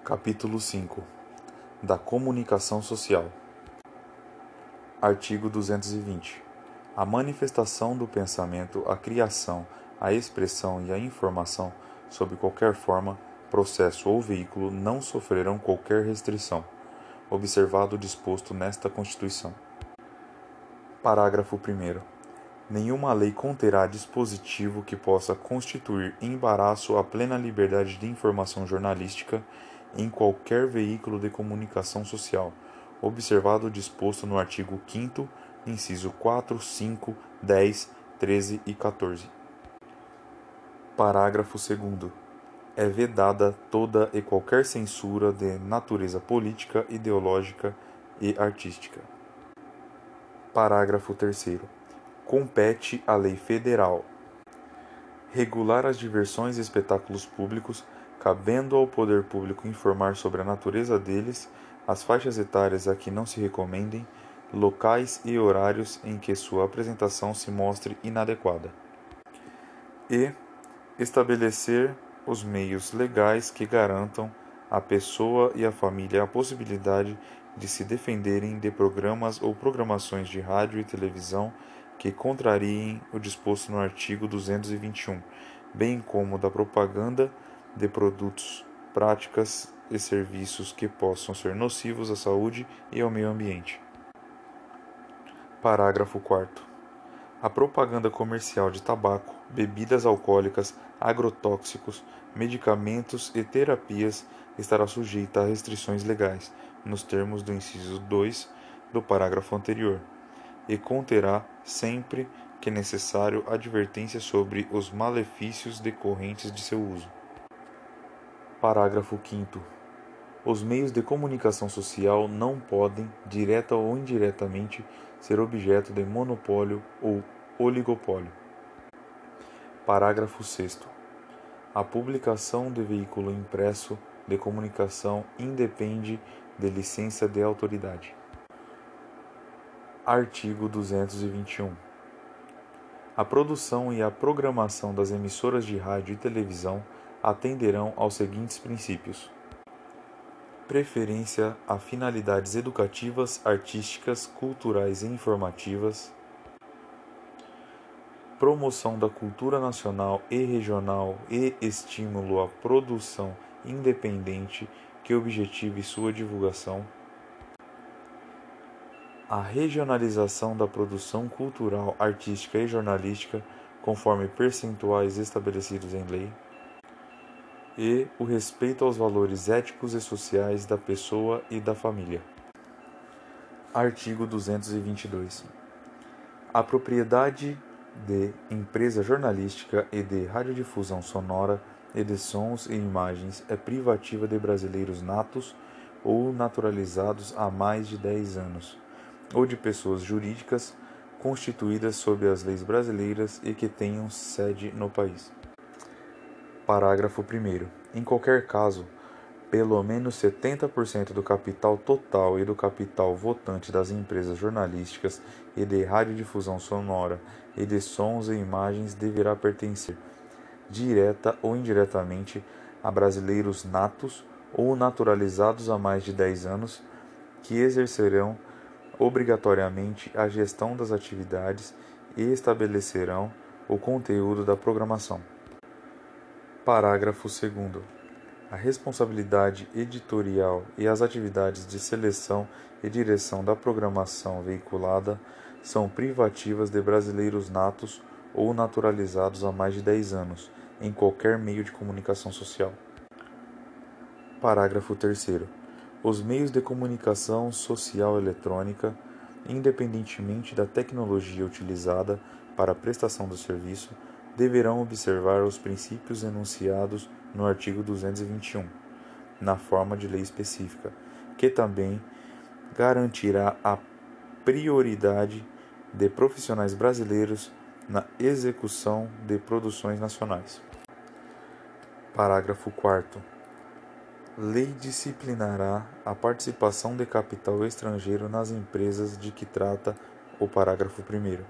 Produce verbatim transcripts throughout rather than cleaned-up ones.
Capítulo cinco da Comunicação Social. Artigo duzentos e vinte. A manifestação do pensamento, a criação, a expressão e a informação, sob qualquer forma, processo ou veículo, não sofrerão qualquer restrição, observado o disposto nesta Constituição. Parágrafo primeiro. Nenhuma lei conterá dispositivo que possa constituir embaraço à plena liberdade de informação jornalística em qualquer veículo de comunicação social, observado o disposto no artigo quinto, inciso quatro, cinco, dez, treze e quatorze. Parágrafo segundo. É vedada toda e qualquer censura de natureza política, ideológica e artística. Parágrafo terceiro. Compete à lei federal regular as diversões e espetáculos públicos, cabendo ao poder público informar sobre a natureza deles, as faixas etárias a que não se recomendem, locais e horários em que sua apresentação se mostre inadequada, e estabelecer os meios legais que garantam à pessoa e à família a possibilidade de se defenderem de programas ou programações de rádio e televisão que contrariem o disposto no artigo duzentos e vinte e um, bem como da propaganda de produtos, práticas e serviços que possam ser nocivos à saúde e ao meio ambiente. Parágrafo quarto. A propaganda comercial de tabaco, bebidas alcoólicas, agrotóxicos, medicamentos e terapias estará sujeita a restrições legais, nos termos do inciso dois do parágrafo anterior, e conterá, sempre que necessário, advertência sobre os malefícios decorrentes de seu uso. Parágrafo quinto. Os meios de comunicação social não podem, direta ou indiretamente, ser objeto de monopólio ou oligopólio. Parágrafo sexto. A publicação de veículo impresso de comunicação independe de licença de autoridade. Artigo duzentos e vinte e um. A produção e a programação das emissoras de rádio e televisão atenderão aos seguintes princípios: preferência a finalidades educativas, artísticas, culturais e informativas, promoção da cultura nacional e regional e estímulo à produção independente que objetive sua divulgação, a regionalização da produção cultural, artística e jornalística, conforme percentuais estabelecidos em lei, e o respeito aos valores éticos e sociais da pessoa e da família. Artigo duzentos e vinte e dois. A propriedade de empresa jornalística e de radiodifusão sonora e de sons e imagens é privativa de brasileiros natos ou naturalizados há mais de dez anos, ou de pessoas jurídicas constituídas sob as leis brasileiras e que tenham sede no país. Parágrafo primeiro. Em qualquer caso, pelo menos setenta por cento do capital total e do capital votante das empresas jornalísticas e de radiodifusão sonora e de sons e imagens deverá pertencer, direta ou indiretamente, a brasileiros natos ou naturalizados há mais de dez anos, que exercerão obrigatoriamente a gestão das atividades e estabelecerão o conteúdo da programação. Parágrafo segundo. A responsabilidade editorial e as atividades de seleção e direção da programação veiculada são privativas de brasileiros natos ou naturalizados há mais de dez anos, em qualquer meio de comunicação social. Parágrafo terceiro. Os meios de comunicação social eletrônica, independentemente da tecnologia utilizada para a prestação do serviço, deverão observar os princípios enunciados no artigo duzentos e vinte e um, na forma de lei específica, que também garantirá a prioridade de profissionais brasileiros na execução de produções nacionais. Parágrafo quarto. Lei disciplinará a participação de capital estrangeiro nas empresas de que trata o parágrafo primeiro.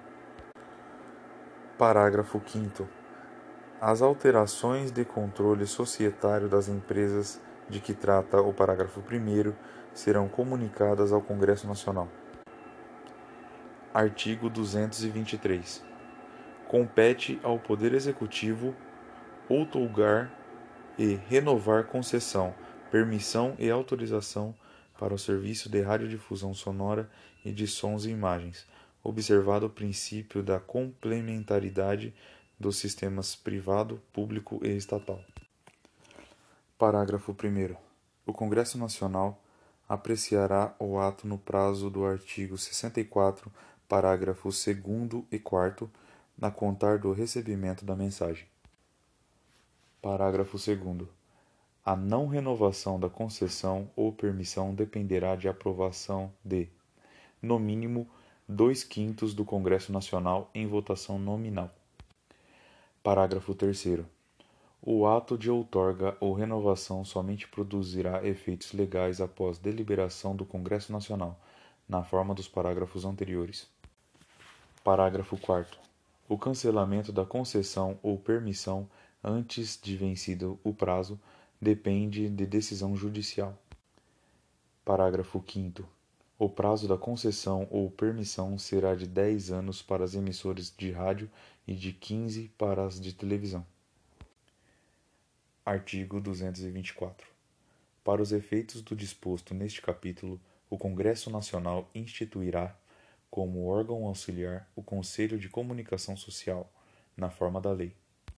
Parágrafo quinto. As alterações de controle societário das empresas de que trata o parágrafo primeiro serão comunicadas ao Congresso Nacional. Artigo duzentos e vinte e três. Compete ao Poder Executivo outorgar e renovar concessão, permissão e autorização para o serviço de radiodifusão sonora e de sons e imagens, observado o princípio da complementaridade dos sistemas privado, público e estatal. Parágrafo primeiro. O Congresso Nacional apreciará o ato no prazo do artigo sessenta e quatro, parágrafos segundo e quarto, a contar do recebimento da mensagem. Parágrafo segundo. A não renovação da concessão ou permissão dependerá de aprovação de, no mínimo, dois quintos do Congresso Nacional em votação nominal. Parágrafo terceiro. O ato de outorga ou renovação somente produzirá efeitos legais após deliberação do Congresso Nacional, na forma dos parágrafos anteriores. Parágrafo quarto. O cancelamento da concessão ou permissão antes de vencido o prazo depende de decisão judicial. Parágrafo quinto. O prazo da concessão ou permissão será de dez anos para as emissoras de rádio e de quinze para as de televisão. Artigo duzentos e vinte e quatro. Para os efeitos do disposto neste capítulo, o Congresso Nacional instituirá, como órgão auxiliar, o Conselho de Comunicação Social, na forma da lei.